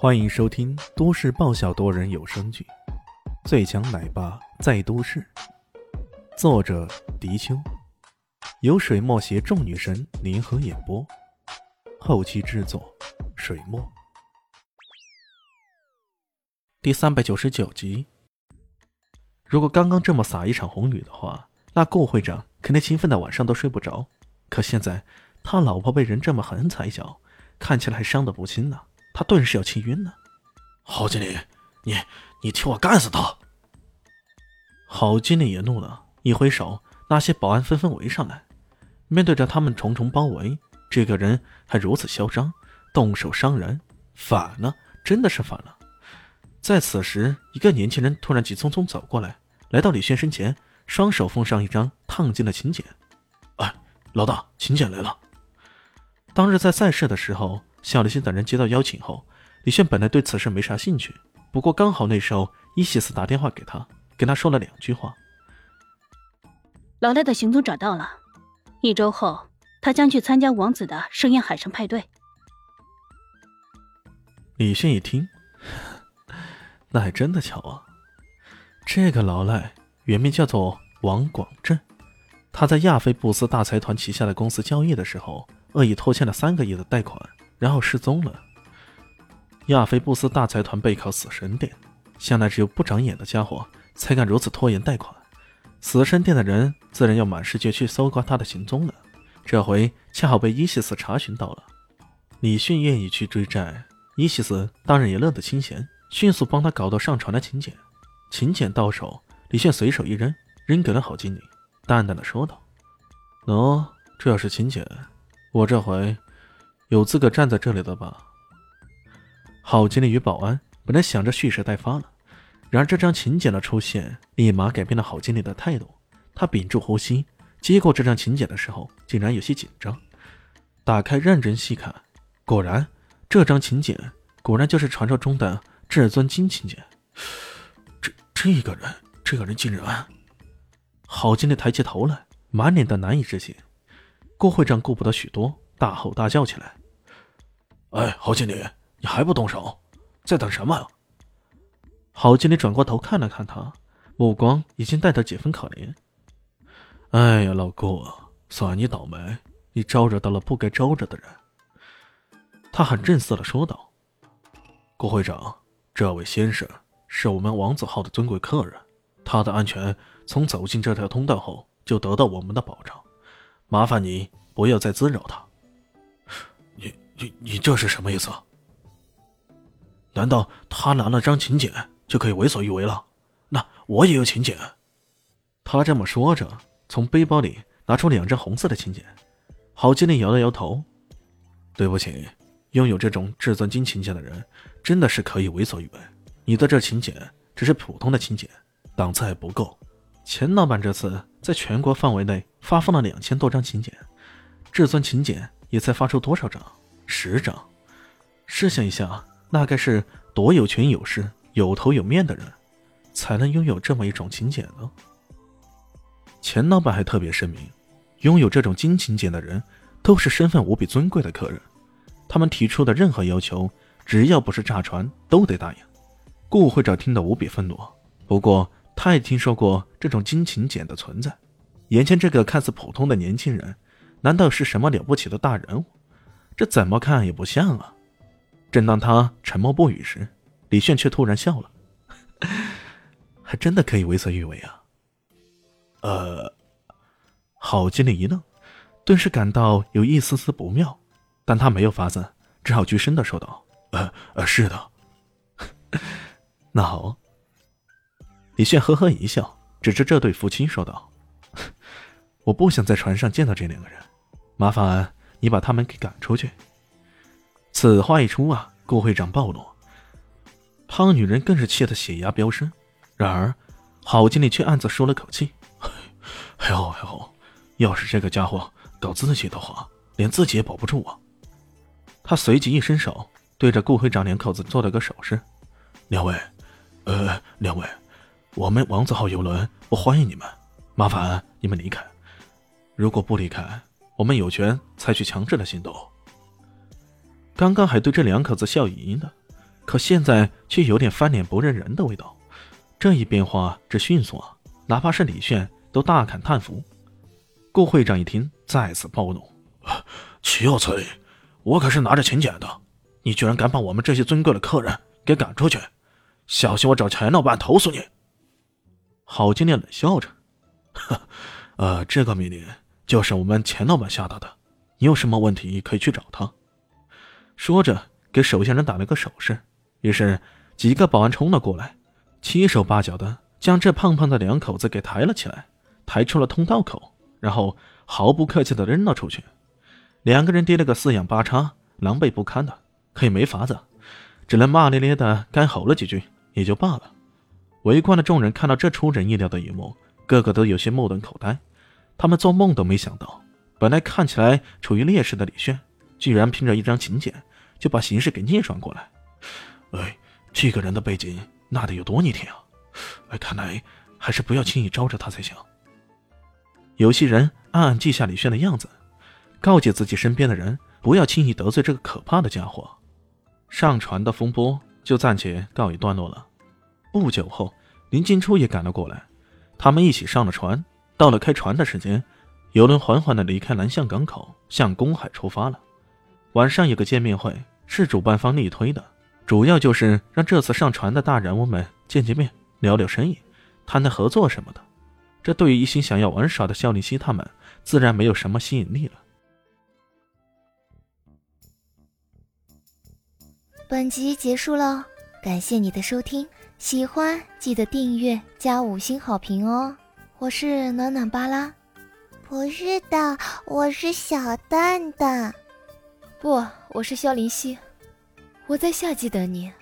欢迎收听都市爆笑多人有声剧《最强奶爸在都市》，作者：迪秋，由水墨携众女神联合演播，后期制作：水墨。第399集。如果刚刚这么撒一场红雨的话，那顾会长肯定兴奋的晚上都睡不着。可现在他老婆被人这么狠踩一脚，看起来还伤得不轻呢，他顿时要气晕了。 郝经理，你替我干死他！ 郝经理也怒了，一挥手，那些保安纷纷围上来。面对着他们重重包围，这个人还如此嚣张，动手伤人，反了，真的是反了。在此时，一个年轻人突然急匆匆走过来，来到李轩身前，双手奉上一张烫金的请柬。 哎，老大，请柬来了。 当日在赛事的时候，小李轩等人接到邀请后，李轩本来对此事没啥兴趣，不过刚好那时候伊西斯打电话给他，跟他说了2句话。 老赖的行踪找到了，1周后他将去参加王子的盛宴海上派对。 李轩一听，那还真的巧啊。这个老赖原名叫做王广正，他在亚非布斯大财团旗下的公司交易的时候，恶意拖欠了3个亿的贷款，然后失踪了。亚非布斯大财团背靠死神殿，向来只有不长眼的家伙才敢如此拖延贷款。死神殿的人自然要满世界去搜刮他的行踪了，这回恰好被伊西斯查询到了。李迅愿意去追债，伊西斯当然也乐得清闲，迅速帮他搞到上传了请柬。请柬到手，李迅随手一扔，扔给了郝经理，淡淡的说道：这要是请柬，我这回有资格站在这里的吧？郝经理与保安本来想着蓄势待发了，然而这张请柬的出现立马改变了郝经理的态度。他屏住呼吸，接过这张请柬的时候竟然有些紧张，打开认真细看，果然这张请柬果然就是传说中的至尊金请柬。 这个人竟然…… 郝经理抬起头来，满脸的难以置信。顾会长顾不得许多，大吼大叫起来： 哎，郝经理，你还不动手？在等什么呀？ 郝经理转过头看了看他，目光已经带着几分可怜。哎呀，老顾，算你倒霉，你招惹到了不该招惹的人。他很正色地说道： 顾会长，这位先生是我们王子号的尊贵客人，他的安全从走进这条通道后就得到我们的保障，麻烦你不要再滋扰他。你这是什么意思？难道他拿了张请柬就可以为所欲为了？那我也有请柬。 他这么说着，从背包里拿出2张红色的请柬。郝经理摇了摇头：对不起，拥有这种至尊金请柬的人真的是可以为所欲为，你的这请柬只是普通的请柬，档次还不够。钱老板这次在全国范围内发放了2000多张请柬，至尊请柬也才发出多少张？10张。试想一下，大概是多有权有势、有头有面的人才能拥有这么一种请柬呢？钱老板还特别声明，拥有这种金请柬的人都是身份无比尊贵的客人，他们提出的任何要求，只要不是诈传，都得答应。顾会长听得无比愤怒，不过他也听说过这种金请柬的存在。眼前这个看似普通的年轻人，难道是什么了不起的大人物？这怎么看也不像啊。正当他沉默不语时，李炫却突然笑了。还真的可以为所欲为啊。郝经理一愣，顿时感到有一丝丝不妙，但他没有法子，只好鞠身地说道：是的。那好。李炫呵呵一笑，指着这对夫妻说道：我不想在船上见到这2个人，麻烦你把他们给赶出去。此话一出啊，顾会长暴怒，胖女人更是气得血压飙升。然而郝经理却暗自舒了口气： 还好，要是这个家伙搞自己的话，连自己也保不住啊。 他随即一伸手，对着顾会长2口子做了个手势： 两位，我们王子号邮轮不欢迎你们，麻烦你们离开。如果不离开，我们有权采取强制的行动。 刚刚还对这2口子笑盈盈的， 可现在却有点翻脸不认人的味道。这一变化之迅速啊，哪怕是李炫都大感叹服。顾会长一听，再次暴怒：“ 岂有此理！我可是拿着请柬的，你居然敢把我们这些尊贵的客人给赶出去，小心我找钱老板投诉你！” 郝经理冷笑着：“ 这个命令就是我们钱老板下达的，你有什么问题可以去找他。” 说着给手下人打了个手势，于是几个保安冲了过来，七手八脚的将这胖胖的两口子给抬了起来，抬出了通道口，然后毫不客气的扔了出去。两个人跌了个四仰八叉，狼狈不堪的，可也没法子，只能骂咧咧的干吼了几句也就罢了。围观的众人看到这出人意料的一幕，个个都有些目瞪口呆。他们做梦都没想到，本来看起来处于劣势的李炫，居然凭着一张请柬就把形势给逆转过来。 这个人的背景那得有多逆天啊！看来还是不要轻易招着他才行。 有些人暗暗记下李炫的样子，告诫自己身边的人不要轻易得罪这个可怕的家伙。上船的风波就暂且告一段落了。不久后，林静初也赶了过来，他们一起上了船。到了开船的时间，游轮缓缓地离开南向港口，向公海出发了。晚上有个见面会，是主办方力推的，主要就是让这次上船的大人物们见面，聊聊生意，谈谈合作什么的。这对于一心想要玩耍的萧林熙他们，自然没有什么吸引力了。 本集结束了，感谢你的收听，喜欢记得订阅加5星好评哦。我是暖暖巴拉。 不是的，我是小蛋蛋。 不，我是萧林熙。我在夏季等你。